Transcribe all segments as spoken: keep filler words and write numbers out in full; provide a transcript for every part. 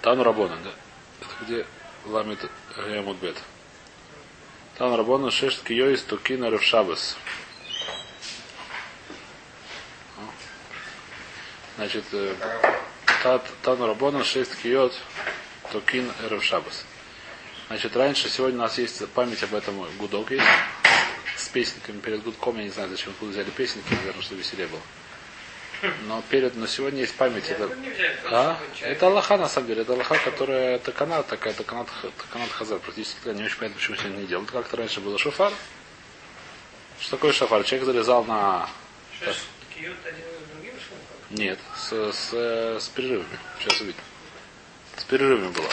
Тану Рабона, да? Это где ламит Гаямудбет. Тану Рабона шешт киёис тукина ревшабас. Значит, Тану Рабона шесть киот тукин ревшабас. Значит, раньше, сегодня у нас есть память об этом, гудок есть с песенками. Перед гудком, я не знаю, зачем тут взяли песенки, наверное, чтобы веселее было. Но перед, но сегодня есть память. Это, а? Это Аллаха, на самом деле. Это Аллаха, которая такана, такая таканат, таканат хазар. Практически не очень понятно, почему сегодня не делают. Как-то раньше было шофар. Что такое шофар? Человек залезал на... Нет, с, с, с перерывами. Сейчас увидим. С перерывами было.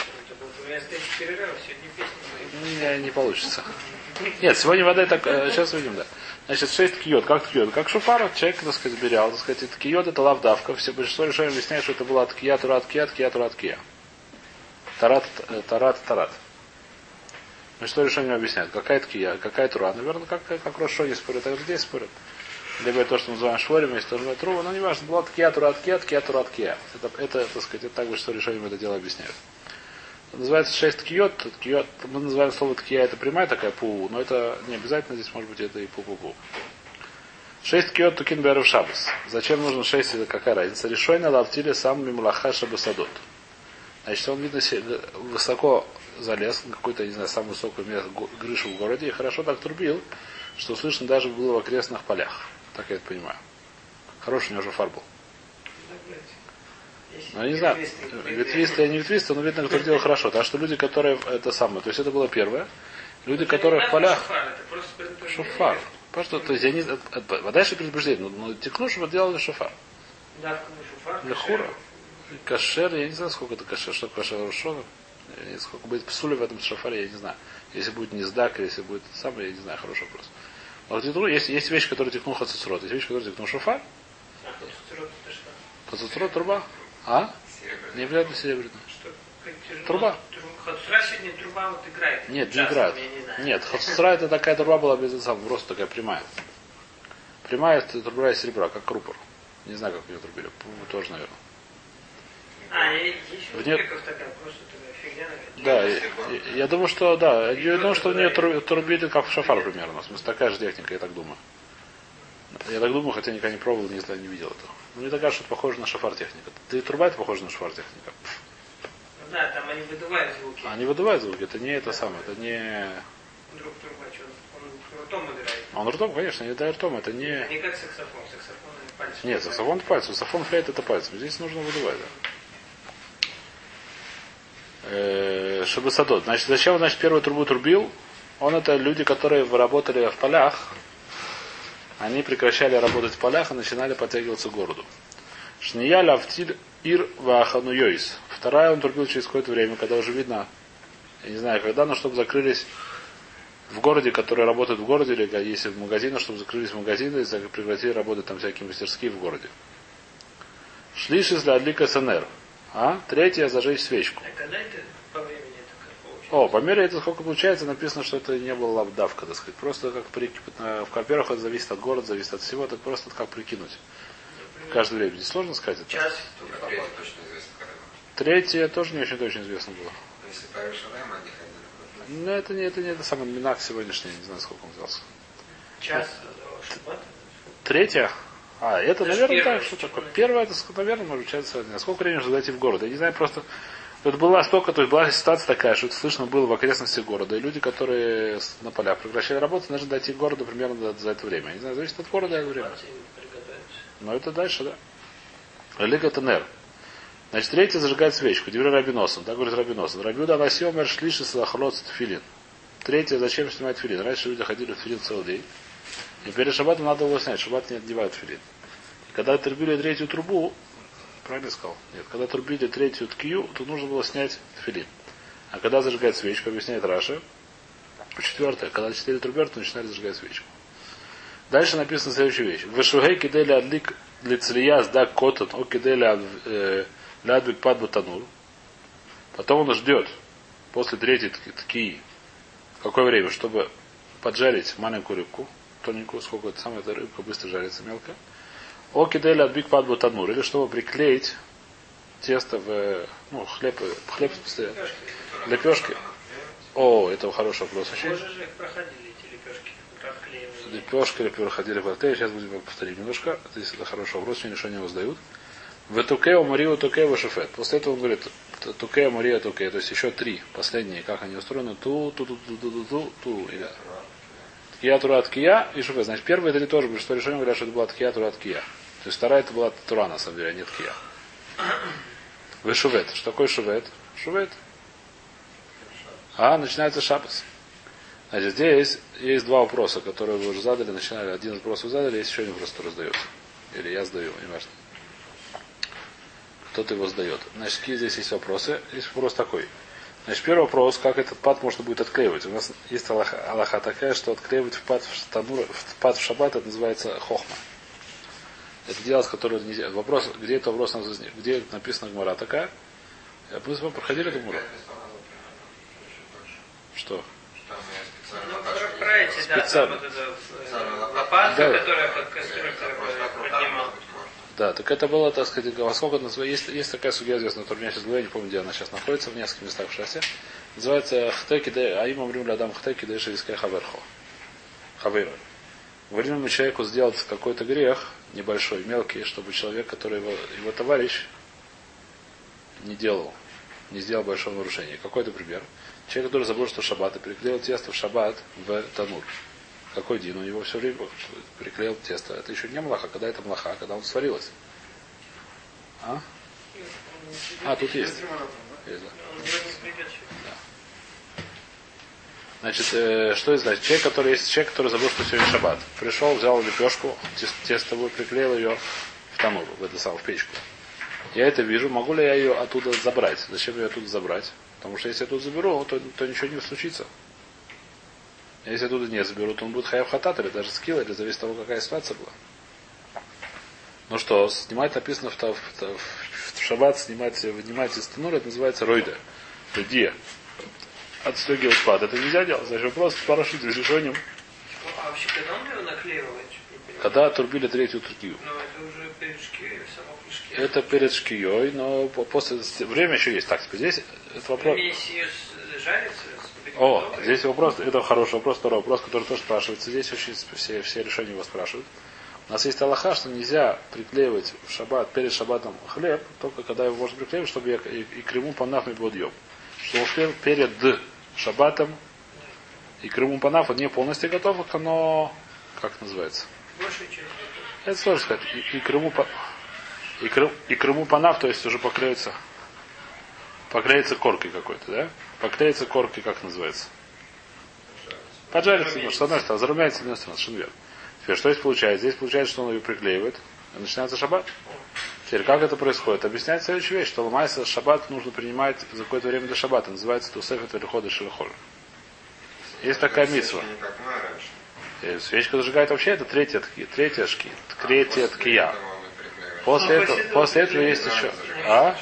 Не, не получится. Нет, сегодня вода так. Сейчас увидим, да. Значит, шесть киот. Как киот? Как шофар, человек, так сказать, берял. Так сказать, это киот, это лавдавка. Все большинство решения объясняют, что это было от кия, тура, от кия, от кия, тура, от кия. Тарат, тарат, тарат. Большинство решения объясняют. Какая кия, какая тура. Наверное, как, как Рошо не спорят, так здесь спорят. Либо то, что мы называем шворим, есть тоже трува, но не важно, было от кия, тура, от кия, от кия, тура, от кия. Это, это, так сказать, это так большинство решением это дело объясняют. Называется шесть ткиот. ткиот. Мы называем слово ткия, это прямая такая пу, но это не обязательно, здесь может быть это и пу-пу-пу. Шесть ткиот тукин бэров шабас. Зачем нужно шесть, это какая разница? Решойна лавтили сам мимулаха шабасадот. Значит, он, видно, высоко залез, на какую-то, не знаю, самую высокую крышу в городе, и хорошо так трубил, что слышно даже было в окрестных полях. Так я это понимаю. Хороший у него шофар был. Ну, я не знаю, ветвистый, я не ветвистый, но видно, кто делал хорошо. Так что люди, которые это самое, то есть это было первое. Люди, которые в полях. Шофар. Просто, то есть я не знаю, дальше предупреждение, но, но текну, чтобы делали шофар. Для хура. Кашер, я не знаю, сколько это кашер, что кашер рушона. Сколько будет псули в этом шофаре, я не знаю. Если будет не сдак, если будет самое, я не знаю, хороший вопрос. Но есть, есть вещи, которые текнул хацуцрот, есть вещи, которые текнул шофар. Хацуцрот труба. А? Не является серебряным. Труба. Хацуцра сегодня труба вот играет. Нет, не играет. Не Нет, хацуцра это такая труба была без самого роста, такая прямая. Прямая это труба из серебра, как рупор. Не знаю, как ее трубили. Тоже, наверное. А, есть в нее... такая просто фигня, наверное. Да, я, я, я думаю, что да. Я думаю, что в нее трубили как в шофар примерно. В смысле, такая же техника, я так думаю. Я так думаю, хотя никогда не пробовал, не знаю, не видел этого. Ну, мне так кажется, что это похоже на шофар техника. Ты труба это похоже на шофар техника. Да, там они выдувают звуки. Они выдувают звуки, это не это самое, это не... Друг труба, что он ртом играет. Он ртом, конечно, не да ртом, это не... Не как саксофон, саксофон и пальцем. Нет, саксофон пальцем, саксофон флейт это пальцем. Здесь нужно выдувать, да. Шабасадот. Значит, зачем, значит, первую трубу трубил? Он это люди, которые работали в полях. Они прекращали работать в полях и начинали подтягиваться к городу. Шния лавтиль ир вахану йойс. Вторая он трубил через какое-то время, когда уже видно, я не знаю когда, но чтобы закрылись в городе, которые работают в городе, или если в магазинах, чтобы закрылись магазины и прекратили работать там всякие мастерские в городе. Шлишис для адлика СНР. А? Третье зажечь свечку. А когда это по времени это получается? О, по мере это сколько получается, написано, что это не было лавдавка, так сказать. Просто как прикинуть. Во-первых, это зависит от города, зависит от всего, это просто как прикинуть. В каждое время. Здесь сложно сказать это. Час. Третье тоже не очень точно известно было. Но это не это не это самый минак сегодняшний, не знаю, сколько он взялся. Час. Третье? А, это, это наверное, так, что такое. Первое, это, наверное, может учиться. Сколько времени нужно зайти в город? Я не знаю, просто. Тут была столько, то есть была ситуация такая, что это слышно было в окрестностях города. И люди, которые на полях прекращали работу, должны дойти к городу примерно за это время. Я не знаю, зависит от города и время. Но это дальше, да. Лига Тенер. Значит, третье зажигает свечку. Дивер Рабиносом. Так говорит Рабиносом. Рабиуда Васиомер шлиши салахлот тфилин. Третье, зачем снимать тфилин? Раньше люди ходили в тфилин целый день. И перед шаббатом надо его снять. Шаббат не одевают тфилин. И когда трубили третью трубу, правильно сказал? Нет, когда трубили третью ткию, то нужно было снять тфилин. А когда зажигает свечку, объясняет Раша. Четвертое, когда четыре трубят, то начинали зажигать свечку. Дальше написано следующая вещь. Вешугей кидели адлик лицлия сдак котон, о кидели лядвик пад батанур. Потом он ждет после третьей ткии какое время, чтобы поджарить маленькую рыбку, тоненькую, сколько это самая эта рыбка быстро жарится мелко. О кидели адлик пад батанур, или чтобы приклеить тесто в, ну, хлеб, хлеб в смысле, лепешки. О, это хороший вопрос. Позже же проходили эти лепешки, обклеивали. Лепешки, лепешки ходили в отель. Сейчас будем повторить немножко. Здесь это хороший вопрос, очень решение его задают. В Тукео Марию Тукео Шефет. После этого он говорит Тукео Мария Тукео. То есть еще три последние. Как они устроены? Ту, ту, ту, ту, ту, ту, ту, ту. Или Ткия, Тура, Ткия и Шефет. Значит, первые три тоже были, что решение говорят, что это была Ткия, Тура, Ткия. То есть вторая это была Тура, на самом деле, а не Ткия. Вы Шувет. Что такое Шувет? Шувет. А, начинается шаббас. Значит, здесь есть два вопроса, которые вы уже задали. Начинали. Один вопрос вы задали, есть еще один вопрос, который задается. Или я задаю, не важно. Кто-то его задает. Значит, какие здесь есть вопросы? Есть вопрос такой. Значит, первый вопрос, как этот пад можно будет отклеивать. У нас есть аллаха, аллаха такая, что отклеивать в пад в, танур, в пад в шаббат, это называется хохма. Это дело, с которым нельзя. Вопрос, где это вопрос где написано гмара такая? Мы с вами проходили эту гмару? Что? Ну, про, про эти, да, там вот эта лопатка, да. которая под костер поднимала. Да, так это было, так сказать, во сколько это называется, есть, есть такая судья известная, которая у меня сейчас в голове, не помню, где она сейчас находится, в нескольких местах в шассе. Называется Хтеки де, а имам Рим Лядам Хтеки де Шевиская Хаверхо. Хавейра. Говорим ему человеку сделать какой-то грех, небольшой, мелкий, чтобы человек, который его, его товарищ, не делал, не сделал большого нарушения. Какой-то пример. Человек, который забыл, что шаббат, и приклеил тесто в шаббат в танур. Какой день? У него все время приклеил тесто. Это еще не млаха. Когда это млаха? Когда он сварилось. А? А, тут есть. Есть, да. Значит, э, что это значит? Человек, который есть человек, который забыл, что сегодня шаббат. Пришел, взял лепешку тестовую, приклеил ее в танур, в эту самую в печку. Я это вижу, могу ли я ее оттуда забрать? Зачем ее оттуда забрать? Потому что если я тут заберу, то, то ничего не случится. Если я оттуда не заберу, то он будет хаяв хатат, или даже скилл, или зависит от того, какая ситуация была. Ну что, снимать написано в, в, в, в шаббат, снимать, вынимать из танура, это называется ройда. Это дия. Отстегивать пад. Это нельзя делать. Значит, вопрос спрашивать разрешением. А вообще, когда он его наклеивал? Когда отрубили третью ткию. Но это уже перед шкией, само шкией. Это перед шкией, но после время еще есть. Так, здесь это вопрос. Если жарится, О, здесь вопрос, это хороший вопрос, второй вопрос, который тоже спрашивается. Здесь очень все, все решения его спрашивают. У нас есть алаха, что нельзя приклеивать в шаббат, перед шаббатом хлеб, только когда его можно приклеивать, чтобы я и, и крему панаф и подъем. Что успел перед шаббатом и крему панаф не полностью готов, но как называется? Большая часть. Это сложно сказать. И, и крему и, крем, и крему панаф, то есть уже поклеится поклеится коркой какой-то, да? Поклеится коркой, как называется? Поджарится, что одной стороны, зарумянится, с одной стороны, совершенно верно. Теперь, что здесь получается? Здесь получается, что он ее приклеивает, и начинается шаббат. Теперь, как это происходит? Объясняет следующую вещь, что ломается шаббат нужно принимать за какое-то время до шаббата. Называется тусефет перехода шелхоль. Есть такая митсва. Свечка зажигает вообще, это третья ткия, третья шки, третья ткия. После этого, после этого есть еще. А?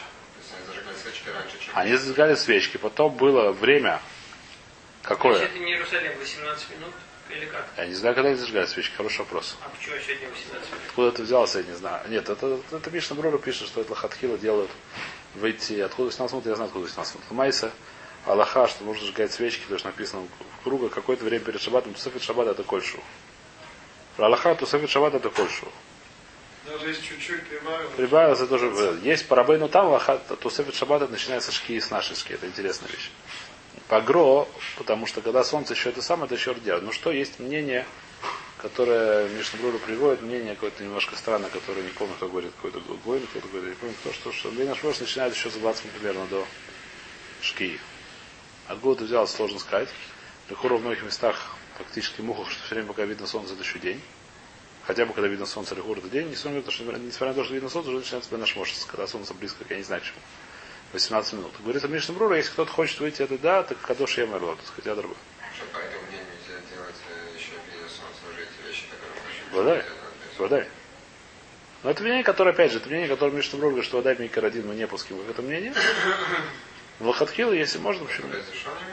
Они зажигали свечки, потом было время. Какое? Это не Иерусалим, восемнадцать минут или как? Я не знаю, когда они зажигали свечки, хороший вопрос. А почему сегодня восемнадцать минут? Откуда это взялось, я не знаю. Нет, это, это Мишна Брура пишет, что это лохатхила делают выйти. Откуда восемнадцать минут, я знаю, откуда восемнадцать минут. Майса, Аллаха, что нужно сжигать свечки, потому что написано в круга какое-то время перед шаббатом, тусефет шаббат это кольшу. Про Аллаха, тусефет шаббат это кольшу. Даже если чуть-чуть прибавилось. Прибавилось, это тоже. Есть по рабейну там, Аллаха, тусефет шаббат это начинается шки с нашей шки. Это интересная вещь. Погро, потому что когда солнце еще это самое, это еще делает. Ну что, есть мнение, которое Мишна Брура приводит, мнение какое-то немножко странное, которое не помню, кто говорит, какой-то Гойн, кто-то говорит, не помню, кто, что, что Бейнаш Брош начинает еще за двадцать примерно до шки. Откуда взял, сложно сказать. Лехура в многих местах, фактически мухах, что все время, пока видно солнце, это еще день. Хотя бы когда видно солнце, Лехура это день, несмотря на то, что, несмотря на то, что видно солнце, уже начинается Бейнаш Мошес, когда солнце близко, я не знаю чему. восемнадцать минут. Говорит Мишна Брура, если кто-то хочет выйти, это да, так Кадош я мерло, так сказать, я другой. Что по этому мнению нельзя делать еще без солнца уже эти вещи, которые Водай. Водай. Но это мнение, которое, опять же, это мнение, которое Мишна Брура говорит, что водай Микар один, мы не пуским в это мнение. Лохатхила, если можно, почему нет?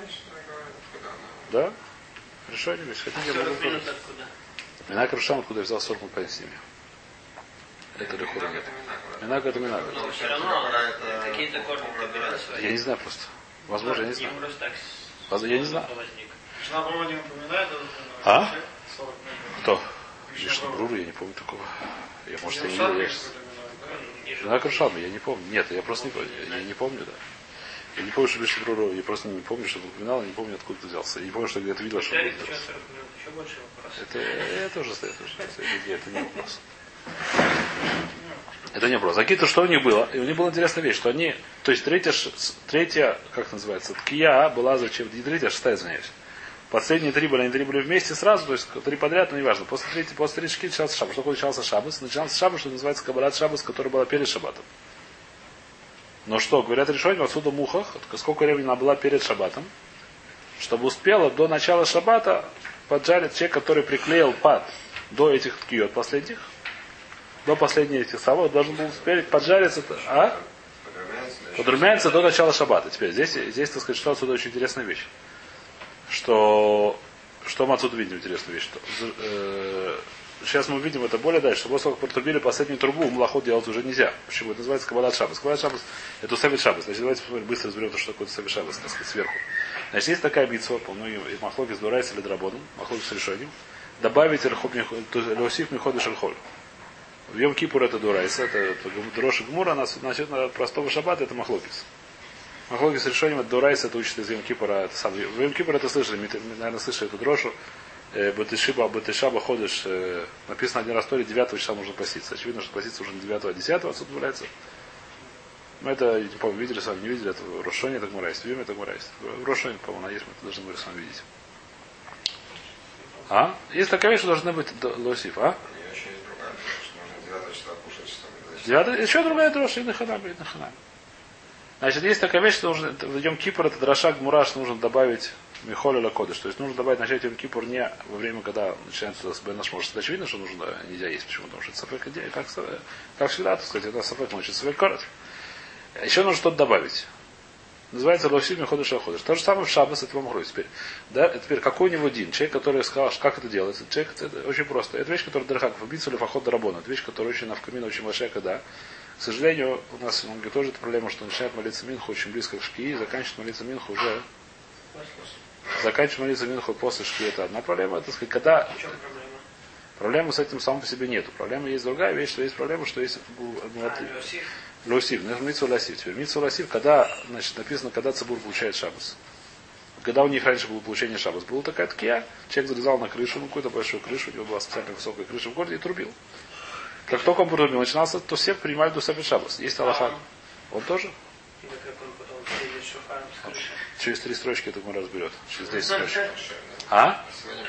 Да? Решение, если хотите, я могу. сорок минут откуда? Минак Рушан, откуда я взял сорок минут по ними. Это лихура нет. Минаг это минаг. Но все равно какие-то корни пробирают свои. Я не знаю просто. Возможно, я не знаю. Так я не знаю. Жена Брура не упоминает? А? Кто? Мишна Брура, я не помню такого. Я, может, я не видел. Жена Крушалма, я не помню. Нет, я просто не помню. Я не помню, да. Я не помню, что Мишна Брура, я просто не помню, что упоминал, я не помню, откуда ты взялся. Я не помню, что где-то видел, что он взялся. Это, это уже стоит. Это, это не вопрос. Это не вопрос. А какие-то что у них было? И у них была интересная вещь, что они, то есть третья, третья как называется, ткия была зачем, не третья, а шестая, извиняюсь. Последние три были, они три были вместе сразу, то есть три подряд, но неважно. После третьей, после третьей шки начался шаббат. Что такое начался шаббат? Начался шаббат, что называется каббалат шаббат, который была перед шаббатом. Но что, говорят решение, отсюда мухах, сколько времени она была перед шаббатом, чтобы успела до начала шаббата поджарить человек, который приклеил пад до этих ткиот последних, до последних этих совов, должен был успеть поджариться, а? Подрумяниться до начала шаббата. Теперь здесь, здесь, так сказать, что отсюда очень интересная вещь. Что, что мы отсюда видим интересную вещь. Что, э, сейчас мы увидим это более дальше, что после того, как протрубили последнюю трубу, млахот делать уже нельзя. Почему? Это называется каббалат шаббас. Каббалат шаббас – это усавит шаббас. Значит, давайте посмотрим, быстро разберем, что такое усавит шаббас, так сказать, сверху. Значит, есть такая битва, по многим махлоки с дурайс или драбоном, махлоки с решением, добавить леосиф миходы шельхоль. В Йом Кипур это дурайс, это дроша гмура, насчет простого шаббата это махлокис. Махлокис с решением это дурайс, это учится из Йом Кипура. Это сам. В Йом Кипур это слышали, наверное, слышали эту дрошу. Батышиба, Батышаба ходишь, написано один раз в Торе, девятого числа нужно поститься. Очевидно, что поститься уже не девятого, а десятого отсюда является. Мы это, не помню, видели с вами, не видели, это в Рошоне так мурайс, в Йоме так мурайс. В Рошоне, по-моему, она есть, мы это должны были с вами видеть. А? Есть такая вещь, что должны быть лосиф, а? девятого, еще другая дроша, и наханам, и наханам. Значит, есть такая вещь, что нужно, в Йом Кипур, это дроша гмураш, нужно добавить Михоля Лакодыш. То есть нужно добавить начать Йом Кипур не во время, когда начинается с Бен Ашмор. Это очевидно, что нужно, нельзя есть. Почему? Потому что это сафек идея, как, как всегда, так сказать, это сафек ночи, сафек корот. Еще нужно что-то добавить. Называется Лосив Миходыш Шаходыш. То же самое в Шаббас, это вам говорю. Теперь, да, теперь какой у него дин? Человек, который сказал, как это делается. Человек, это очень просто. Это вещь, которая Дерхаков убийца или Фахот Дарабона. Это вещь, которая очень навкамина, очень большая, когда. К сожалению, у нас в Монге тоже эта проблема, что начинает молиться Минху очень близко к шки, и заканчивает молиться Минху уже. Заканчивать молиться Минху после шки. Это одна проблема. Это, сказать, когда. В чем проблема? Проблемы с этим самым по себе нету. Проблема есть другая вещь, что есть проблема, что есть Лосив. Митсу Лосив. Теперь Митсу Лосив, когда, значит, написано, когда Цибур получает шаббас. Когда у них раньше было получение шаббас, была такая ткия, человек залезал на крышу, ну какую-то большую крышу, у него была специально высокая крыша в городе и трубил. Как только он трубил, начинался, то все принимали Дусафи шаббас. Есть Аллаха. Он тоже? Через три строчки это мы разберет. Через десять строчек. А?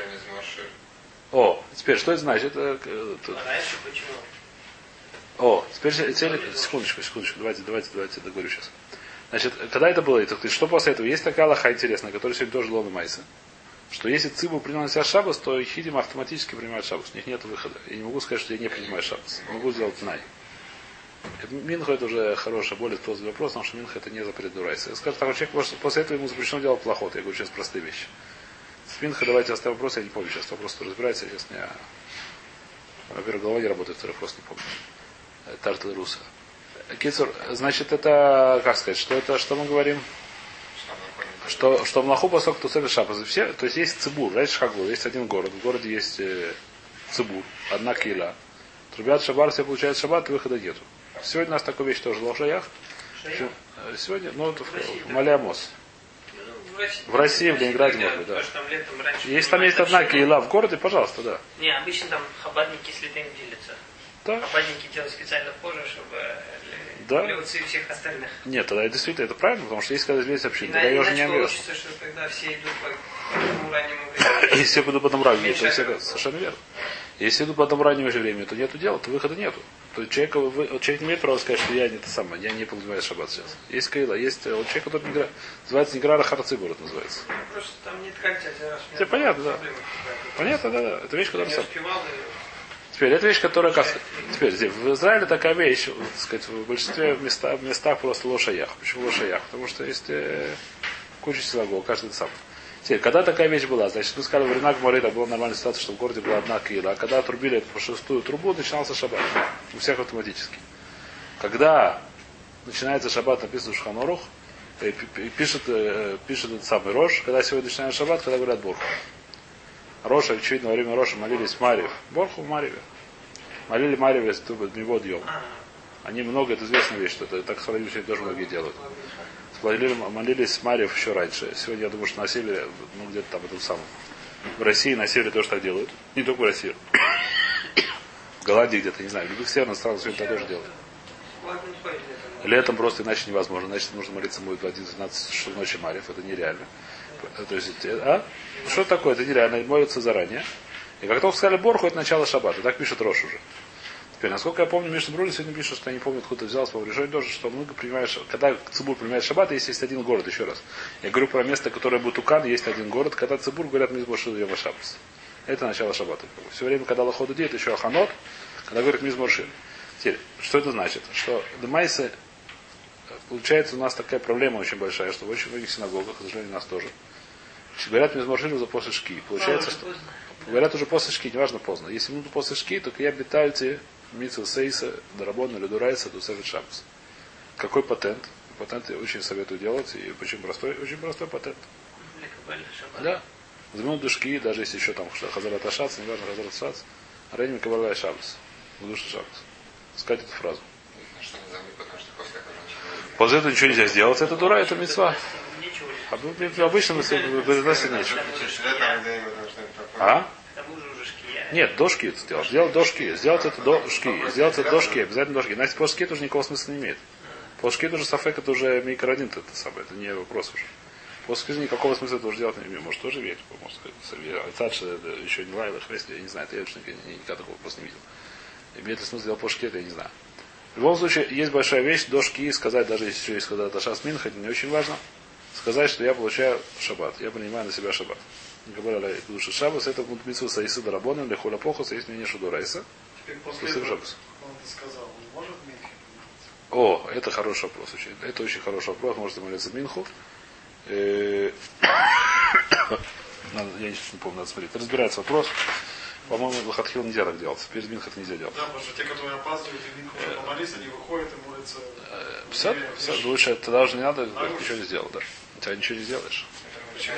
О, теперь, что это значит? Это, это... Раньше почему? О, теперь, теперь, секундочку, секундочку, давайте, давайте, давайте договорю сейчас. Значит, когда это было, это, что после этого? Есть такая лоха интересная, которая сегодня тоже лона майса. Что если Цибу принял на себя шаббас, то хидим автоматически принимают шаббас. У них нет выхода. Я не могу сказать, что я не принимаю шаббас. Могу сделать най. Минха это уже хорошая, более сложный вопрос, потому что Минха это не запрет дурайса. Я скажу, такой человек, может, после этого ему запрещено делать плохот. Я говорю сейчас простые вещи. С Минха давайте оставим вопрос, я не помню сейчас. Вопрос разбирается, я сейчас не... Во-первых, голова не работает, второй вопрос не помню. Тарта Руса. Кицур, значит, это, как сказать, что это, что мы говорим? Что, что в Млаху посок Тусефи Шаббас. Все, то есть есть Цибур, раньше как было, есть один город, в городе есть э, Цибур, одна кейла. Трубят шаббат, все получают шаббат, и выхода нету. Сегодня у нас такая вещь тоже в Лошаях. Сегодня, ну, это в Малиамос. В России, в Ленинграде, может быть, да. Если там есть одна кейла в городе, пожалуйста, да. Не, обычно там хабадники с литым делятся. Да. Хабадники делают специально позже, чтобы да. Левцы и всех остальных. Нет, тогда действительно это правильно, потому что есть когда здесь община, тогда ее уже не обвез. Получится, что тогда все идут по тому раннему времени. Если все идут по тому раннему времени, то совершенно верно. Если идут по тому раннему же времени, то нету дела, то выхода нету. То человек, вы, человек не имеет права сказать, что я не это самое, я не подразумеваю шаббат сейчас. Есть Каила, есть вот человек, который не играет, называется Неграра Харцибур, это называется. Просто там нет как взять, раз. Тебе понятно, да. Понятно, да, да. Это вещь, которая сам. И... Теперь, это вещь, которая как теперь здесь, в Израиле такая вещь, так сказать, в большинстве места, в местах просто лошаях. Почему лошаях? Потому что есть э, куча синагог, каждый сам. Теперь, когда такая вещь была, значит, мы сказали, во времена Гмары это была нормальная ситуация, что в городе была одна киила, а когда отрубили эту шестую трубу, начинался шаббат. У всех автоматически. Когда начинается шаббат, написано в Шулхан Арух, пишет, пишет этот самый Рош, когда сегодня начинается шаббат, когда говорят Борху. Роша, очевидно, во время Роша молились Марьев. Борху в Марьеве. Молили Марьеве, чтобы него дьем. Они много, это известная вещь, что это так сказали, что тоже многие делают. Молились Марьев еще раньше. Сегодня, я думаю, что на севере, ну где-то там, этом самом. В России на севере тоже так делают. Не только в России. В Голландии где-то, не знаю. В любых северных странах сегодня так тоже делают. Летом просто иначе невозможно. Значит, нужно молиться будет в одиннадцать часов ночи Марьев. Это нереально. То есть, а? Что такое? Это нереально. Молятся заранее. И как только сказали Борху, это начало шаббата. Так пишет Рош уже. Теперь, насколько я помню, Мишна Брули сегодня пишет, что я не помню, откуда взялось по решению тоже, что много принимаешь, когда Цибур принимает шаббат, если есть один город, еще раз. Я говорю про место, которое Бутукан, есть один город, когда Цибур говорят Мизбор Шир Йома Шаббас. Это начало шаббата. Все время, когда Лахот идет, еще Аханот, когда говорят Мизбор Шир. Теперь, что это значит? Что Демайсы, получается, у нас такая проблема очень большая, что в очень многих синагогах, к сожалению, у нас тоже. Говорят Мизбор Шир за после шки. Получается, что говорят уже после шки, неважно поздно. Если минуту после шки, то я битальте Митсу Сейса, Дарабон или Дурайса, Тусефет Шаббас. Какой патент? Патент я очень советую делать. И очень простой, очень простой патент. Да. За минуту душки, даже если еще там Хазарат Ашац, не важно Хазарат Ашац, Рейни Кабалай Шаббас. В душе Шаббас. Сказать эту фразу. После этого ничего нельзя сделать. Это дура, это митцва. Обычно мы произносим нечего. А? Нет, дошки это сделать. Сделать дошки. Сделать это дошки. Сделать это дошки. Обязательно дошки. Иначе после шки тоже никакого смысла не имеет. После шки тоже сафек, это уже микродин, это самое. Это не вопрос уже. После шки никакого смысла это уже делать не имеет. Может тоже верить. Может сказать. Цадши еще не лайла, хресли, я не знаю. Это я никогда такого просто не видел. Имеет ли смысл делать после шки, это я не знаю. В любом случае, есть большая вещь, дошки, сказать, даже если еще есть когда это шас минха, это не очень важно. Сказать, что я получаю шаббат. Я принимаю на себя шаббат. Говорили, душа шаббас, это митцва Саисы Дарабона, или Хуля Похус, есть мнение Шудурайса. После этого, он сказал, он может Минхи? О, это хороший вопрос. Очень. Это очень хороший вопрос. Можете молиться Минху. Я не помню, надо смотреть. Разбирается вопрос. По-моему, Лахатхил нельзя так делать. Перед Минхой это нельзя делать. Да, потому что те, которые опаздывают, и Минху уже помолиться, они выходят и молятся. Все, все, лучше тогда уже не надо, ничего не сделать, да. У тебя ничего не сделаешь. Почему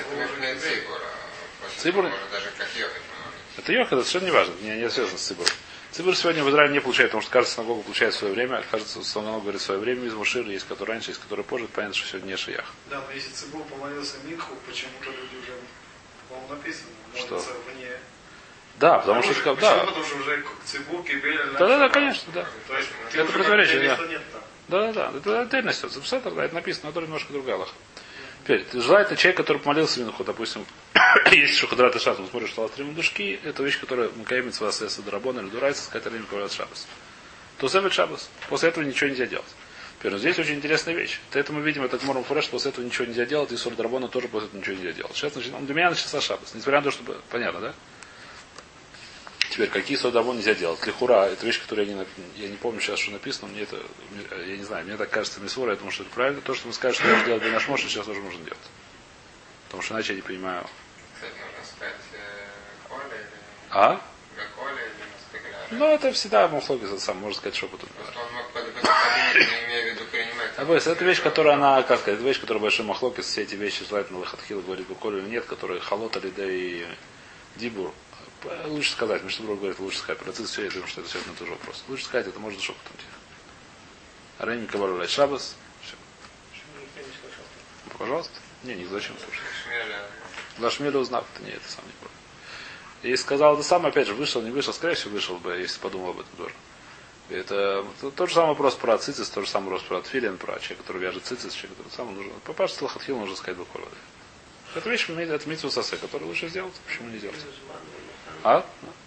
Цибур? Это йох, это совершенно не важно, не, не связано с Цибуром. Цибур сегодня в Израиле не получает, потому что каждая синагога получает свое время. Кажется, синагога говорит свое время из Мушира, есть который раньше, есть который позже, понятно, что сегодня не шиях. Да, но если Цибур помолился Минху, почему-то люди уже, по-моему, написано, молятся что? вне. Да, потому что, почему? да. Потому что уже Цибур, Кибель, да, да, да, конечно, да. То есть, это противоречие, да. Нет, да, да, да. Это отдельная ситуация. В Сетер, да, это написано, но это немножко другая лаха. Теперь, желательно человек, который помолился Минху, допустим, есть Шухадрат и Шаббас, он смотрит, что Алтрим душки, это вещь, которая Макаемит Свасеса Дарабона или Дурайса, сказать время говорят Шаббас. То Севет Шаббас. После этого ничего нельзя делать. Теперь, здесь очень интересная вещь. Это мы видим, это Гмором Фуреш, после этого ничего нельзя делать, и Сур Дарабона тоже после этого ничего нельзя делать. Сейчас начинается, для меня начался Шаббас. Несмотря на то, что понятно, да? Теперь, какие Сур Дарабона нельзя делать? Лихура, это вещь, которую я не, я не помню сейчас, что написано, мне это, я не знаю, мне так кажется Мисура, я думаю, что это правильно. То, что мы скажем, что нужно делать Бен Ашмош, сейчас тоже можно делать. Потому что иначе я не понимаю. Кстати, можно сказать Коля или... А? Коля или Ну, это всегда мухлогис, это сам, можно сказать, шепотом. Просто он мог подобрать, не имея в виду принимать. А это вещь, которая она, как сказать, это вещь, которая большой махлокис, все эти вещи желательно Лахатхила говорит Буколю или нет, которые Халот, Алида и Дибур. Лучше сказать, Мишнабрур говорит, лучше сказать. Про цицу все, я думаю, что это все на тот же вопрос. Лучше сказать, это можно шепотом тихо. Рейми Кабарулай Шабас. Все. Пожалуйста. Не, не зачем слушать. Лашмеля узнав, это не это сам не помню. И сказал, да сам, опять же, вышел, не вышел, скорее всего, вышел бы, если подумал об этом тоже. Это тот же самый вопрос про цицис, тот же самый вопрос про тфилин, про человека, который вяжет цицис, человек, который сам нужен. Попасть в Лахатхил нужно сказать буквально. Это вещь, это митцва сасе, которую лучше сделать, почему не делать? А?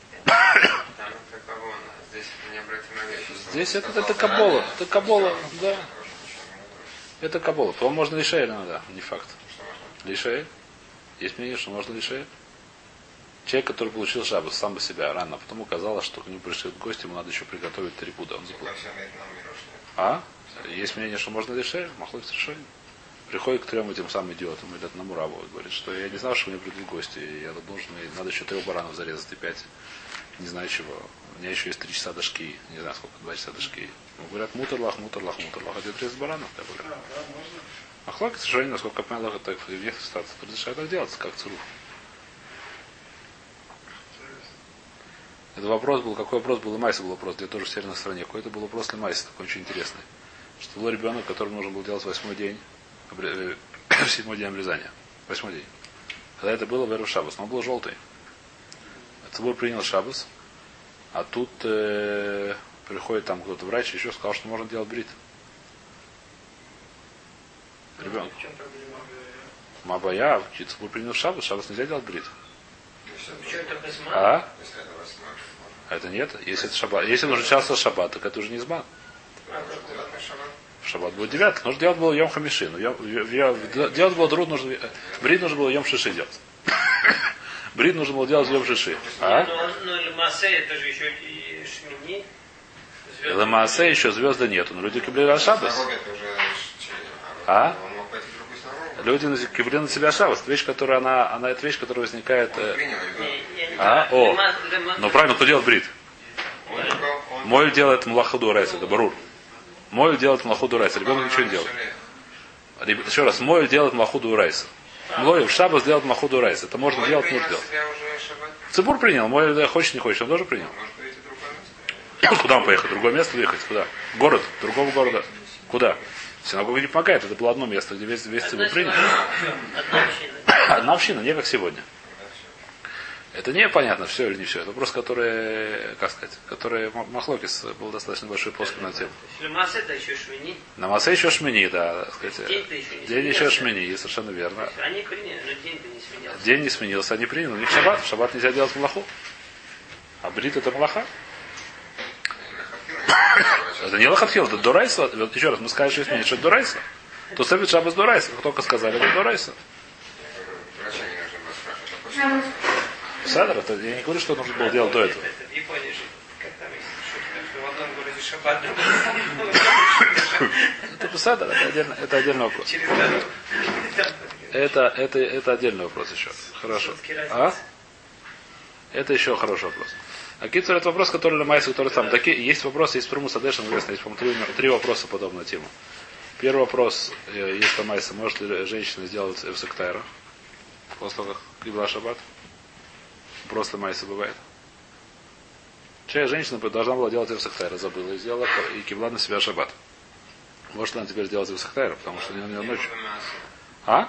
Здесь это, это кабола, это кабола, да. Это кабола. По-моему, можно лишея иногда, не факт. Лишея? Есть мнение, что можно лишея? Человек, который получил шаббас сам бы себя рано, потом оказалось, что к нему пришли гости, ему надо еще приготовить трипуда. Он забыл. А? Есть мнение, что можно лишея? Махлофис решение. приходит к трем этим самым идиотам, или одному рабу, говорит, что я не знал, что мне придут гости, и я должен, и надо еще трех баранов зарезать и пять. Не знаю чего. У меня еще есть три часа до шки. Не знаю сколько, два часа до шки. Ну, говорят, мутерлах, мутерлах, мутерлах. Один тридцать баранов, так говорят. Да, да, можно. А хлопец, к сожалению, насколько я понял, так в некоторых ситуациях разрешают так делать, как цуруф. Это вопрос был, какой вопрос был, и Майса был вопрос, где тоже в северной стране. Какой это был вопрос для Майса, такой очень интересный. Что был ребенок, которому нужно было делать восьмой день, седьмой день обрезания. Восьмой день. Когда это было в Эрев Шаббас, но он был желтый. Цибур принял Шаббас, а тут э, приходит там кто-то врач, еще сказал, что можно делать брит. Ребенок. Мабая, Цибур принял Шаббас, Шаббас нельзя делать брит. А? А это нет? Если это шаббат. Если нужно часто шаббат, так это уже не изман. В шаббат будет девятый. Нужно делать было йом хамиши. Но йом, йом, делать было друг нужно. Брит нужно было йом шиши делать. Брит нужно было делать йом шиши. А? Ну, Лемаасе это же еще и Шмини. Лемаасе еще звезды нету. Но люди кибли шаббас. А? Люди кибли на себя шаббас. Это вещь, которая она, она это вещь, которая возникает. Э... А? О. Ну правильно, кто делает брит? Моль делает млахаду райса, это барур. Моль делает млахаду райса. Ребенок ничего не делает. Еще раз, Моль делает млахаду райса. Млой в шаббас делает млахаду райса. Это можно делать, нужно делать. Цибур принял, Моль хочет, не хочет, он тоже принял. Куда он поехал? Другое место выехать? Куда? Город, другого города. Куда? Синагога не помогает. Это было одно место, где весь, весь цибур принял. Одна община, не как сегодня. Это непонятно, все или не все. Это вопрос, который, как сказать, который Махлокис был достаточно большой плоский на тему. Намасе это еще шмини. Намасе еще шмини, да. Сказать, день-то еще не день еще шмини, совершенно верно. Они приняли, но день-то не сменился. День не сменился, они приняли. У них шаббат. В шаббат нельзя делать малаху. А брит это малаха. Это не лохатхил, это дурайса. Вот еще раз, мы сказали, что если что это дурайса, то сэвит шаббас дурайса. Как только сказали, это дурайса. Садр, это я не говорю, что нужно было делать до этого. В Японии же, как там есть шутка, что в одном городе шаббат, это Садр, это отдельно, это отдельный вопрос. Это, это, это отдельный вопрос еще. Хорошо. А? Это еще хороший вопрос. А Китсур это вопрос, который на Майсе, который там. Такие, есть вопросы, есть Прумус Адешин, известно, есть, по-моему, три, три вопроса подобную тему. Первый вопрос, есть на Майсе, может ли женщина сделать эвсектайра после того, как кибла шаббат? Просто Майса бывает. Чья женщина должна была делать эвсектайра, забыла и сделала, и кибла на себя шаббат. Может ли она теперь делать эвсектайра, потому что у нее ночью. А?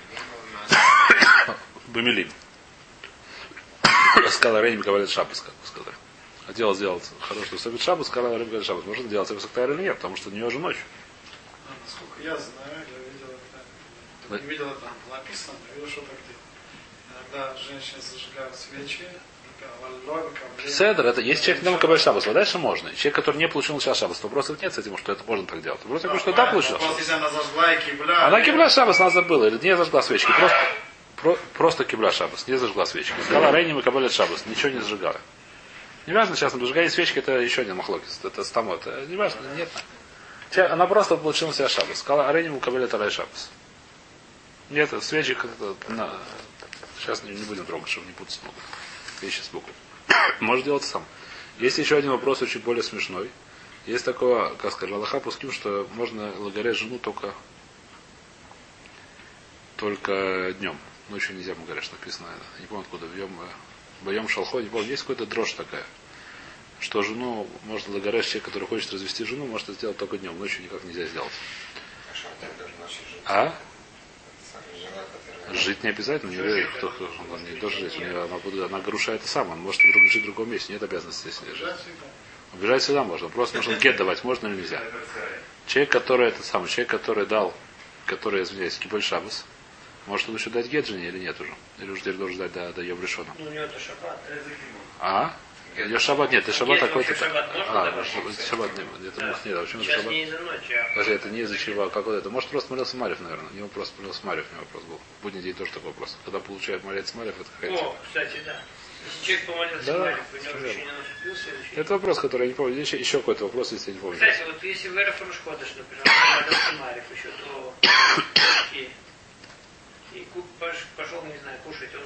Бамилим. Сказала Рейним говорит шаббас, как вы сказали. Хотела сделать хорошую совет шаббас, сказала Рейним говорит шаббас. Можно делать эвсектайра или нет, потому что у нее же ночь. А, насколько я знаю, я видел это. Не видел это написано, но видел, что так делать. Иногда женщины зажигают свечи. Седр, это есть человек, который кабель шаббас, а дальше можно. И человек, который не получил начало шаббас, вопросов нет с этим, что это можно так делать. Просто говорю, что да, получил шаббас. Если она зажгла и кибля. Она кибля шаббас, она забыла, или не зажгла свечки. Просто, про, просто кибля шаббас, не зажгла свечки. Сказала Рейним и кабель шаббас, ничего не зажигала. Не важно, сейчас на зажигание свечки, это еще один махлокис, это стамот. Это не важно, нет. Она просто получила на себя шаббас. Сказала Рейним и кабель шаббас. Нет, свечек, это, на... сейчас не, не будем трогать, чтобы не путаться могут. Вещи с буквой. Может делать сам. Есть еще один вопрос, очень более смешной. Есть такое, как сказать, Аллаха пуским, что можно лагарять жену только только днем. Ночью нельзя лагарять, написано. Не помню откуда. Бьем, боем шалхо, не помню. Есть какая-то дрожь такая. Что жену можно лагарять, человек, который хочет развести жену, может это сделать только днем. Ночью никак нельзя сделать. А? Жить не обязательно, не верю, кто он не должен жить. У нее, она, будет, она груша это сама, она может вдруг жить в другом месте, нет обязанности здесь жить. Убежать всегда можно, просто нужно гет давать, можно или нельзя. Человек, который это самый, человек, который дал, который, извиняюсь, киболь шаббас, может он еще дать гет жене или нет уже? Или уже теперь должен дать до, до ее решена? Ну, у него это шаббат. А? Ее шаббат нет, это шаббат такой-то. А, шаббат, шаббат нет, это да. Нет, а почему это шаббат? Не из-за ночи, а... Подожди, это не из-за чего, как вот это. Может просто молился Марьев, наверное. У него просто молился Марьев, у него вопрос был. В будний день тоже такой вопрос. Когда получает молиться Марьев, это какая-то. О, кстати, да. Если человек помолился да, Марьев, у него еще не наступил следующий. Это вопрос, который я не помню. Здесь еще какой-то вопрос, если я не помню. Кстати, вот если в Эрф Рушходыш, например, помолился Марьев еще, то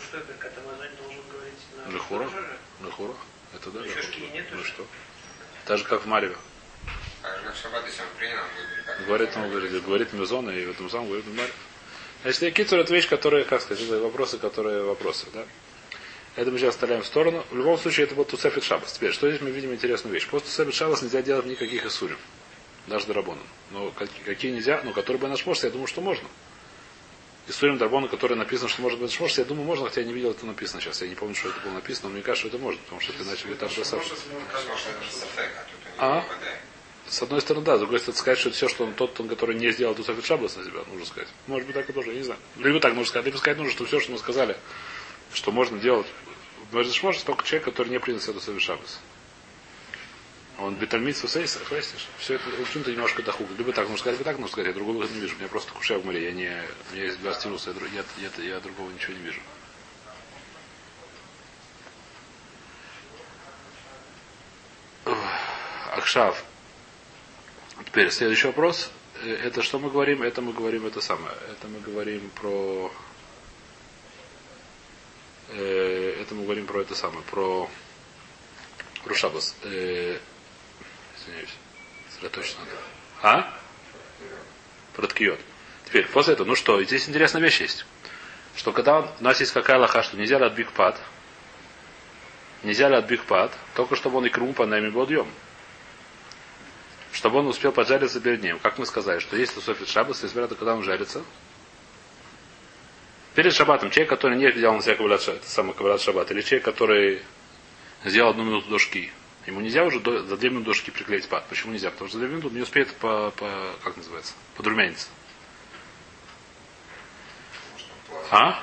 что это, когда мазонь должен говорить на Лехура? Лехура? Это да? Еще шкии нет? Ну что? Так же, как в Марьеве. А на шаббат, если он принял, как Говорит, он говорит, говорит Мезона, и в этом самом говорит Марьев. Значит, Кицур это вещь, которые, как сказать, это вопросы, которые вопросы, да? Это мы сейчас оставляем в сторону. В любом случае, это был Тусефет Шабас. Теперь, что здесь мы видим интересную вещь? После Тусефет Шабас нельзя делать никаких иссурим. Даже дарабоном. Но какие нельзя, но которые бы наш может, я думаю, что можно. Иссурим дарабона, который написано, что может быть наш может, я думаю, можно, хотя я не видел, это написано сейчас. Я не помню, что это было написано, но мне кажется, что это может, потому что это иначе будет Ардасав. А? С одной стороны, да, с другой стороны, сказать, что это все, что он тот, он, который не сделал Тусефет Шабас на себя, нужно сказать. Может быть, так и тоже, я не знаю. Либо так нужно сказать, либо сказать нужно, что все, что мы сказали, что можно делать, может, может только человек, который не принял Тусефет Шабас. Он бетальмитсу сейса, хвастишь. Все это почему-то немножко дохук. Либо так нужно сказать, либо так нужно сказать. Я другого выхода не вижу. У меня просто кушаю в море. Я не. У меня есть гастирус, я, я, я, я другого ничего не вижу. Акшав. Теперь следующий вопрос. Это что мы говорим? Это мы говорим это самое. Это мы говорим про. Это мы говорим про это самое. Про. Про Шабас. Извиняюсь. Сосредоточиться надо. А? Про ткиот. Теперь, после этого, ну что, здесь интересная вещь есть. Что когда у нас есть какая лоха, что нельзя ли от бигпад, нельзя ли от бигпад, только чтобы он и круму по нами бодьем. Чтобы он успел поджариться перед ним. Как мы сказали, что есть Тусефет Шабас, несмотря на то, когда он жарится. Перед шаббатом человек, который не взял на себя кавалят, это самый кавалят шаббат, или человек, который сделал одну минуту до шки. Ему нельзя уже до, за две минуты до шки приклеить пад. Почему нельзя? Потому что за две минуты он не успеет по, по как называется, подрумяниться. А?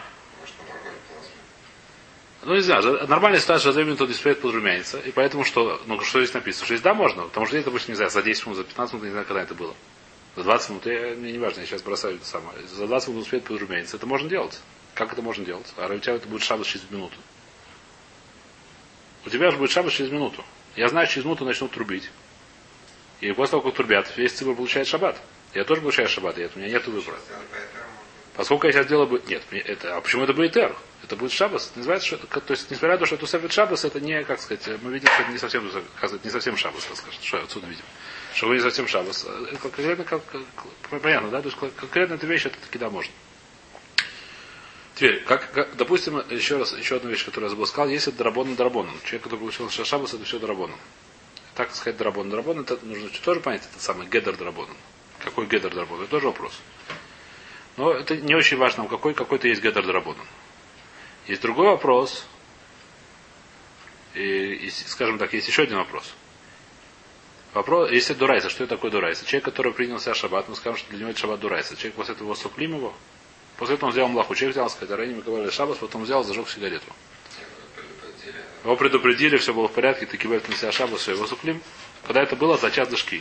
Ну, не знаю, нормальная ситуация, за две минуты он не успеет подрумяниться. И поэтому что, ну, что здесь написано? Что здесь да, можно, потому что здесь, допустим, не знаю, за десять минут, за пятнадцать минут, не знаю, когда это было. За двадцать минут, я, мне не важно, я сейчас бросаю это самое. За двадцать минут успеет подрумяниться. Это можно делать. Как это можно делать? А у тебя это будет шаббат через минуту. У тебя же будет шаббат через минуту. Я знаю, через минуту начнут трубить. И после того, как трубят, весь цибр получает шаббат. Я тоже получаю шаббат, и у меня нет выбора. Поскольку я сейчас делаю бы. Нет, это. А почему это будет эр? Это будет шаббас. Называется, что это, то есть, несмотря на то, что Тусефет Шаббас, это не, как сказать, мы видим, что это не совсем, как сказать, не совсем шаббас, так скажем. Что отсюда видим? Что вы не совсем шаббас. Это конкретно, как, как, понятно, да? То есть конкретно эта вещь, это таки да можно. Теперь, как, как, допустим, еще раз, еще одна вещь, которую я забыл сказать, есть это драбон драбон. Человек, который получил шаббас, это все драбоном. Так сказать, драбон драбон, это нужно тоже понять, это самый гедер драбон. Какой гедер драбон? Это тоже вопрос. Но это не очень важно, какой какой-то есть гедер драбон. Есть другой вопрос. И, и, скажем так, есть еще один вопрос. Вопрос, если дурайса, что это такое дурайса? Человек, который принял себя шаббат, мы скажем, что для него это шаббат дурайса. Человек после этого суплим его. После этого он взял млаху. Человек взял, сказать, Арайни, мы говорили шаббас, потом взял, зажег сигарету. Его предупредили, все было в порядке, ты кибет на себя шаббас, все, его суплим. Когда это было, за час до шки.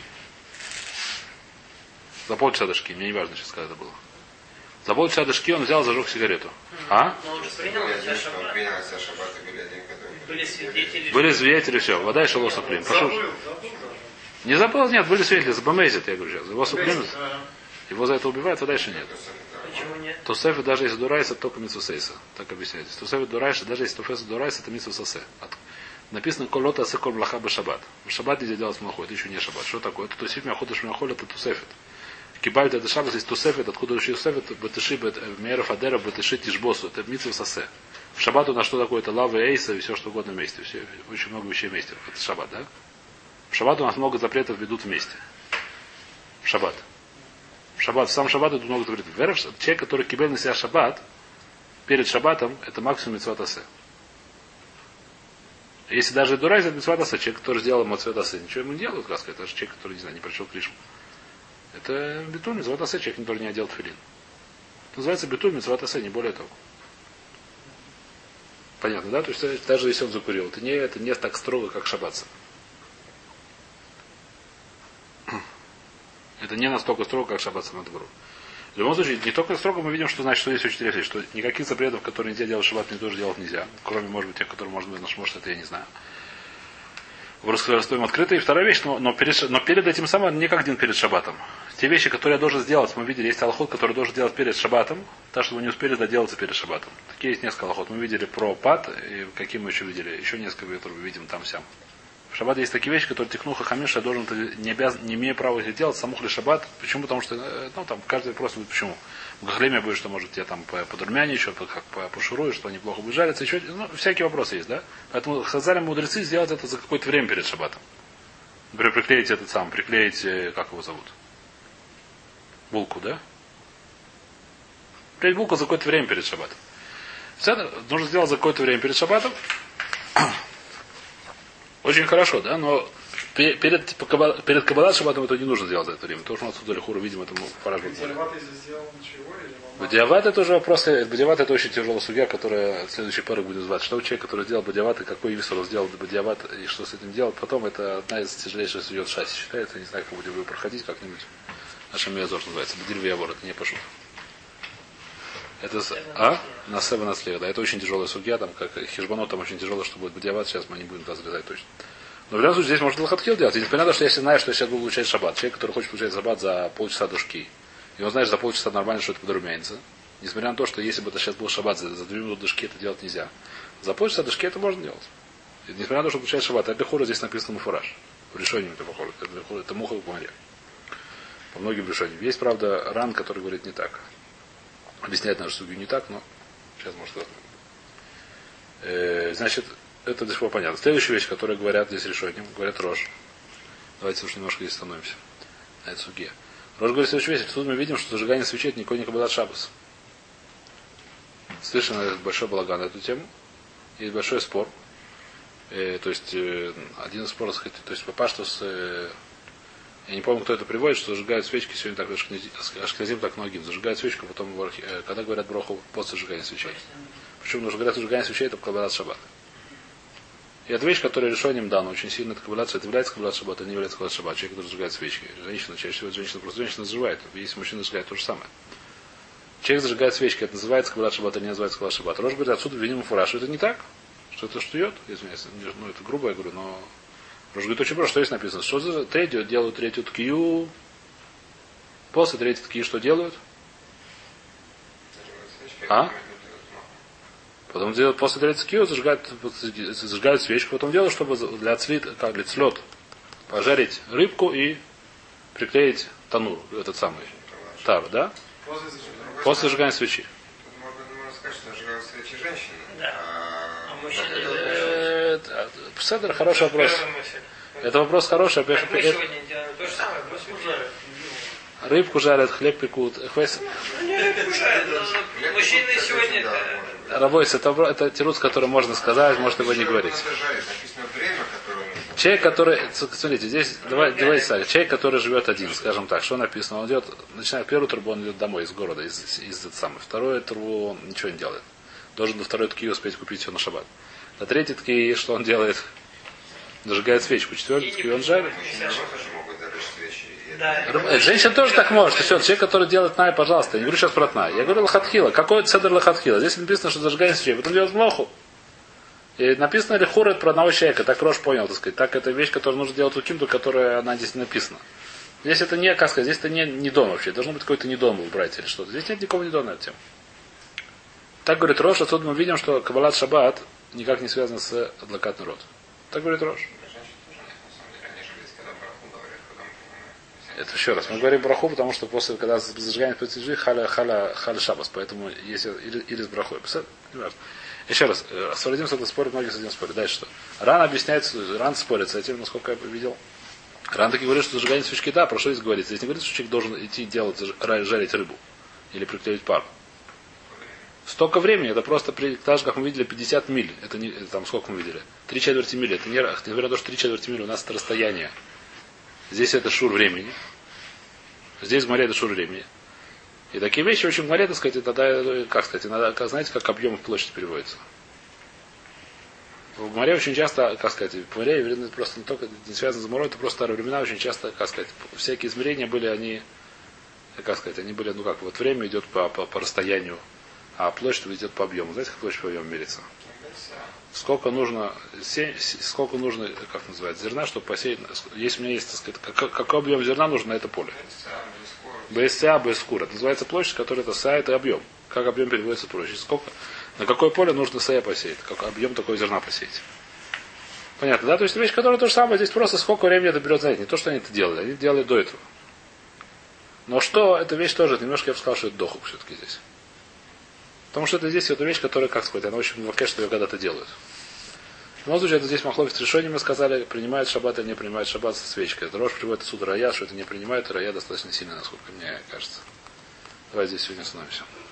За полчаса до шки, мне не важно сейчас, когда это было. За полчаса до шки он взял, зажег сигарету. А? Но он же принял на себя шаббат. Были свидетели. Были свидетели, все. Вода и шело суплим. Пошел. Не забыл, нет, были свидетели, забамезит, я говорю сейчас. Его суплим. Его за это убивают, а дальше нет. Почему нет? Тусефет, даже если дурайса, это только митсусейса. Так объясняется. Тусефет дурайса, даже если туфеса дурайса, это митсусасе. Написано колота асе кол блаха бы шаббат. В шаббат нельзя делать млаху, это еще не шаббат. Что такое? Это тусиф мяхода шмяхоль, это тусефет. Кибальт это шаббат, есть тусефет, откуда еще тусефет, бетыши, мейров адера, бетыши тишбосу. Это митсусасе. В шаббат у нас что такое? Это лава и эйса и все что угодно вместе. Все, очень много вещей вместе. Это шаббат, да? В шаббат у нас много запретов ведут вместе. В шаббат. В шаббат, в сам шаббат тут много запретов. Человек, который кибель на себя шаббат, перед шаббатом, это максимум митцвот асе. Если даже дурайз, это митцвот асе. Человек, который сделал митцвот асе, ничего ему не делают, как сказать. Это же человек, который, не знаю, не пришел к лишнему. Это битуль митцвот асе, человек, который не одел тфилин. Это называется битуль митцвот асе, не более того. Понятно, да? То есть даже если он закурил, это не, это не так строго, как шаббат. Это не настолько строго, как шаббат самадбру. В любом случае, не только строго мы видим, что значит, что есть очень интересно, что никаких запретов, которые нельзя делать в шаббат, мне тоже делать нельзя. Кроме, может быть, тех, которые, может быть, наш может, это я не знаю. Растоем открыто. И вторая вещь, но, но, перед, но перед этим самым не как день перед шаббатом. Те вещи, которые я должен сделать, мы видели, есть алахот, который должен делать перед шаббатом, так что мы не успели доделаться перед шаббатом. Такие есть несколько алахот. Мы видели про пад, и какие мы еще видели, еще несколько, которые мы видим там-сям. В шаббат есть такие вещи, которые текну хахамин, что я должен, не, обязан, не имею права их делать, самух ли шаббат. Почему? Потому что, ну, там, каждый вопрос будет почему. В Гахлеме будет, что может я там подурмяне еще, как пошурую, что они плохо будут жариться, еще, ну, всякие вопросы есть, да? Поэтому хазали мудрецы сделать это за какое-то время перед шаббатом. Например, приклеить этот сам, приклеить, как его зовут? Булку, да? Приклеить булку за какое-то время перед шаббатом. Все это нужно сделать за какое-то время перед шаббатом. Очень хорошо, да, но перед, перед каббалат шаббатом это не нужно делать за это время. То, что у нас отсюда лихуру видим, этому поражает. Бадиават это уже вопрос, бадиават это очень тяжелая судья, которая следующий пару будет звать. Что у человека, который сделал бадиават, и какой висор сделал бадиават, и что с этим делать, потом это одна из тяжелейших судьев шасси считается. Не знаю, как будем вы проходить как-нибудь. Наша Миязор называется. Бадильвиявор, это не пошут. Это а? На Сева наследие. Да, это очень тяжелая судья, там как хижбанот там очень тяжело, что будет бадиават, сейчас мы не будем разрезать точно. Но в любом случае здесь можно лохатхил делать. И понятно, что если знаешь, что я сейчас буду получать шаббат, человек, который хочет получать шаббат за полчаса до шки, и он знает, что за полчаса нормально, что это подрумянится. Несмотря на то, что если бы это сейчас был шаббат, за, за две минуты до шки это делать нельзя. За полчаса до шки это можно делать. И несмотря на то, что получает шаббат, это хора здесь написано муфураж. В решении это похоже. Это, это муха в море. По многим решениям. Есть, правда, ран, который говорит не так. Объясняет нашу судью не так, но сейчас может э, значит, это до сих пор понятно. Следующая вещь, которую говорят здесь решением, говорят Рош. Давайте уж немножко здесь становимся. На этой суге. Рош говорит следующую вещь. Тут мы видим, что зажигание свечей это никакой не каббалат шаббас. Слышно большой балаган на эту тему. Есть большой спор. Э, то есть, э, один из споров, то есть, папа, что с э, я не помню, кто это приводит, что зажигают свечки, сегодня так ашкназим, так многим. Зажигают свечку, потом, когда говорят броху, после зажигания свечей. Почему? Потому что говорят, зажигание свечей это каббалат шаббат. И это вещь, которая решением дана очень сильно, это каббалат, это является каббалат шаббат, это не является каббалат шаббат. Человек, который зажигает свечки. Женщина, чаще всего женщина просто женщина зажигает. Если мужчина зажигает, то же самое. Человек зажигает свечки, это называется каббалат шаббат, или не называется каббалат шаббат. Рош говорит, отсюда видимо фураж, что это не так, что это штует, извиняюсь, ну это грубо я говорю, но Рош говорит очень просто, что здесь написано. Что за третью делают третью ткию. После третьей ткии что делают? А? Потом делают после третьей ткию, зажигают, зажигают свечку, потом делают, чтобы для цвет, как для цлет, пожарить рыбку и приклеить танур, этот самый тару, да? После зажигания свечи. Можно сказать, что зажигают свечи женщины. Да. А мужчины Седер, хороший вопрос. Это вопрос хороший. Как мы сегодня делаем то же самое, рыбку жарят. Рыбку жарят, хлеб пекут. Хвест... Ну не рыбку жарят, но мужчины сегодня... Рабойс, это, это тирус, который можно сказать, может его не говорить. Человек, который, смотрите, здесь, давайте, давайте так, человек, который живет один, скажем так, что написано, он идет, начинает первую трубу, он идет домой из города, из, из, из самой. Вторую трубу он ничего не делает. Должен до второй ткии успеть купить все на шаббат. На третьей ткии что он делает? Зажигает свечку. Четвертый ткии он жарит. Да. Женщина тоже так может. Все, человек, который делает най, пожалуйста, я не говорю сейчас про тнай. Я говорю лохатхила. Какой это седер лохатхила? Здесь написано, что зажигание свечей, потом делать млоху. И написано лихурет про одного человека. Так Рош понял, так сказать. Так это вещь, которую нужно делать у кимту, которая она здесь написана. Здесь это не, как сказать, здесь это не, не дон вообще. Должно быть какой-то не дон был брать или что-то. Здесь нет никакого не дона на эту тему. Так говорит Рош, отсюда мы видим, что каббалат шаббат никак не связан с адлакат народ. Так говорит Рош. Это еще раз. Мы говорим браху, потому что после, когда зажигание свечи, халя, халя, халя шабас. Поэтому если или, или с брахой. Не важно. Еще раз. Сфарадим с этим спорят, многие с этим спорят. Дальше что? Ран объясняет, Ран спорит с этим, насколько я видел. Ран таки говорит, что зажигание свечки, да, про что здесь говорится. Здесь не говорится, что человек должен идти делать, жарить рыбу. Или приклеить пар. Столько времени, это просто, так же, как мы видели, пятьдесят миль. Это не, там сколько мы видели? Три четверти мили. Это не, несмотря на то, что три четверти мили у нас это расстояние. Здесь это шур времени. Здесь в море это шур времени. И такие вещи очень в море, так сказать, тогда, как сказать, надо, как, знаете, как объем в площадь переводится. В море очень часто, как сказать, в море это просто не только не связано с морем, это просто старые времена очень часто, как сказать, всякие измерения были, они, как сказать, они были, ну как, вот время идет по, по, по расстоянию, а площадь идет по объему. Знаете, как площадь по объему мерится? сколько нужно, сколько нужно, как называется, зерна, чтобы посеять. Если у меня есть, так сказать, как, какой объем зерна нужно на это поле. БСА, БСКУР. Это называется площадь, которая это СА, это объем. Как объем переводится в площадь. Сколько, на какое поле нужно СА посеять, как объем такой зерна посеять. Понятно, да? То есть вещь, которая то же самое, здесь просто сколько времени это берет занять. Не то, что они это делали, они делали до этого. Но что, эта вещь тоже, немножко я бы сказал, что это дохук все-таки здесь. Потому что это здесь эта вещь, которая, как сказать, она очень мелкая, что ее когда-то делают. В любом случае, это здесь махловец решение, мы сказали, принимает шаббат или не принимает шаббат со свечкой. Это Рош приводит отсюда рая, что это не принимает, и рая достаточно сильно, насколько мне кажется. Давай здесь сегодня остановимся.